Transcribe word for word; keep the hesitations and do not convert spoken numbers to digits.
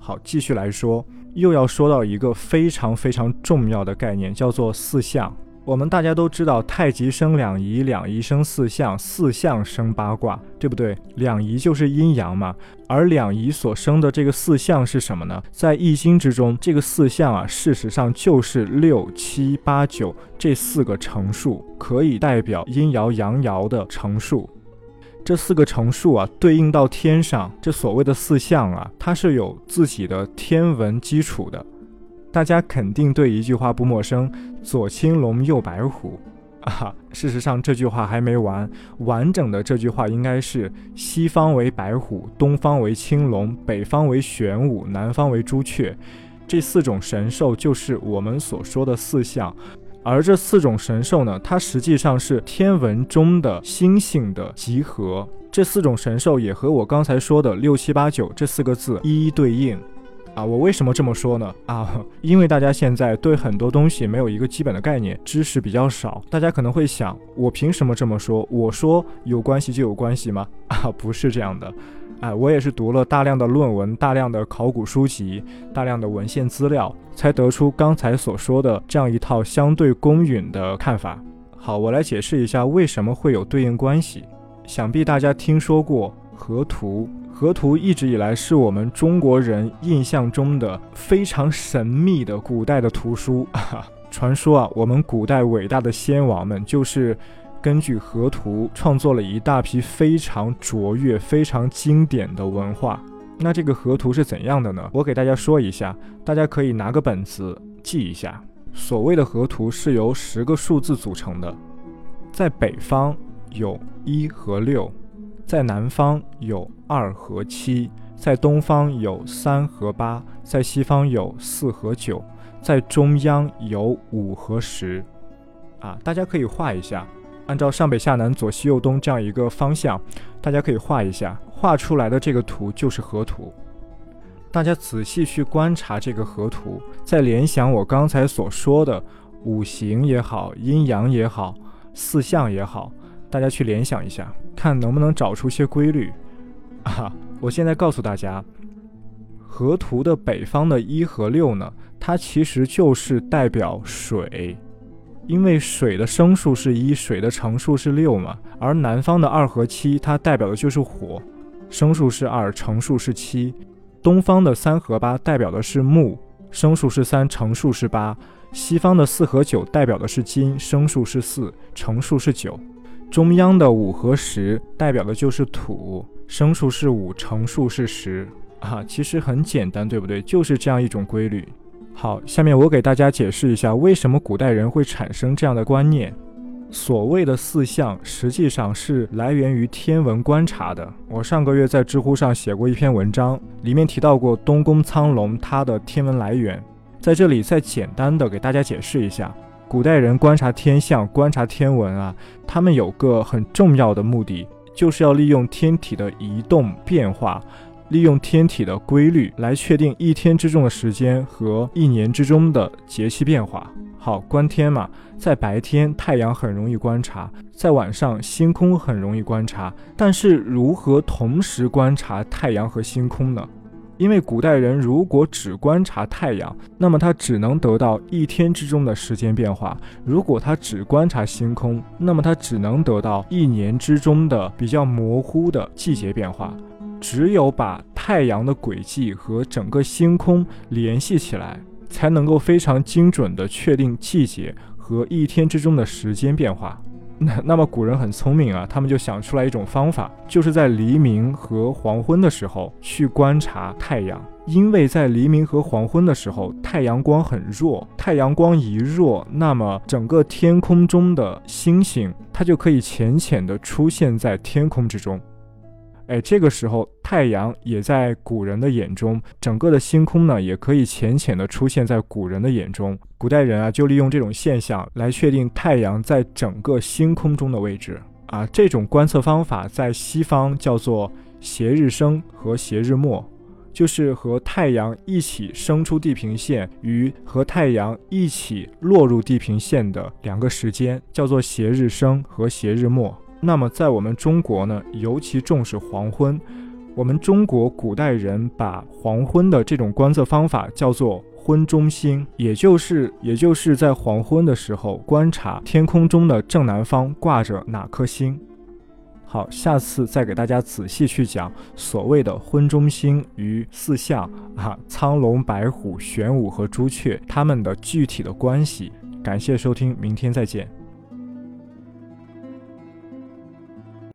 好，继续来说，又要说到一个非常非常重要的概念，叫做四象。我们大家都知道太极生两仪，两仪生四象，四象生八卦，对不对？两仪就是阴阳嘛，而两仪所生的这个四象是什么呢？在易经之中，这个四象啊，事实上就是六七八九这四个乘数，可以代表阴爻阳爻的乘数。这四个乘数啊，对应到天上，这所谓的四象啊，它是有自己的天文基础的。大家肯定对一句话不陌生，左青龙右白虎啊。事实上这句话还没完，完整的这句话应该是西方为白虎，东方为青龙，北方为玄武，南方为朱雀。这四种神兽就是我们所说的四象。而这四种神兽呢，它实际上是天文中的星星的集合。这四种神兽也和我刚才说的六七八九这四个字一一对应啊。我为什么这么说呢？啊，因为大家现在对很多东西没有一个基本的概念，知识比较少，大家可能会想，我凭什么这么说？我说有关系就有关系吗？啊，不是这样的。哎，我也是读了大量的论文，大量的考古书籍，大量的文献资料，才得出刚才所说的这样一套相对公允的看法。好，我来解释一下为什么会有对应关系。想必大家听说过河图，河图一直以来是我们中国人印象中的非常神秘的古代的图书。传说啊，我们古代伟大的先王们就是根据河图创作了一大批非常卓越非常经典的文化。那这个河图是怎样的呢？我给大家说一下，大家可以拿个本子记一下。所谓的河图是由十个数字组成的，在北方有一和六，在南方有二和七，在东方有三和八，在西方有四和九，在中央有五和十啊，大家可以画一下，按照上北下南左西右东这样一个方向，大家可以画一下，画出来的这个图就是河图。大家仔细去观察这个河图，再联想我刚才所说的五行也好，阴阳也好，四象也好，大家去联想一下，看能不能找出些规律啊。我现在告诉大家，河图的北方的一和六呢，它其实就是代表水，因为水的升数是一，水的乘数是六嘛。而南方的二和七，它代表的就是火，升数是二，乘数是七。东方的三和八代表的是木，升数是三，乘数是八。西方的四和九代表的是金，升数是四，乘数是九。中央的五和十代表的就是土，升数是五，乘数是十啊。其实很简单，对不对？就是这样一种规律。好，下面我给大家解释一下为什么古代人会产生这样的观念。所谓的四象实际上是来源于天文观察的。我上个月在知乎上写过一篇文章，里面提到过东宫苍龙它的天文来源，在这里再简单的给大家解释一下。古代人观察天象观察天文啊，他们有个很重要的目的，就是要利用天体的移动变化，利用天体的规律来确定一天之中的时间和一年之中的节气变化。好，观天嘛，在白天太阳很容易观察，在晚上星空很容易观察，但是如何同时观察太阳和星空呢？因为古代人如果只观察太阳，那么他只能得到一天之中的时间变化；如果他只观察星空，那么他只能得到一年之中的比较模糊的季节变化。只有把太阳的轨迹和整个星空联系起来，才能够非常精准地确定季节和一天之中的时间变化。那, 那么古人很聪明啊，他们就想出来一种方法，就是在黎明和黄昏的时候去观察太阳。因为在黎明和黄昏的时候，太阳光很弱，太阳光一弱，那么整个天空中的星星它就可以浅浅地出现在天空之中。哎，这个时候太阳也在古人的眼中，整个的星空呢也可以浅浅地出现在古人的眼中。古代人啊就利用这种现象来确定太阳在整个星空中的位置啊。这种观测方法在西方叫做斜日升和斜日没，就是和太阳一起升出地平线与和太阳一起落入地平线的两个时间，叫做斜日升和斜日没。那么在我们中国呢，尤其重视黄昏， 我们中国古代人把黄昏的这种观测方法叫做昏中星，也就是也就是在黄昏的时候观察天空中的正南方挂着哪颗星。好，下次再给大家仔细去讲所谓的昏中星与四象啊，苍龙、白虎、玄武和朱雀它们的具体的关系。感谢收听，明天再见。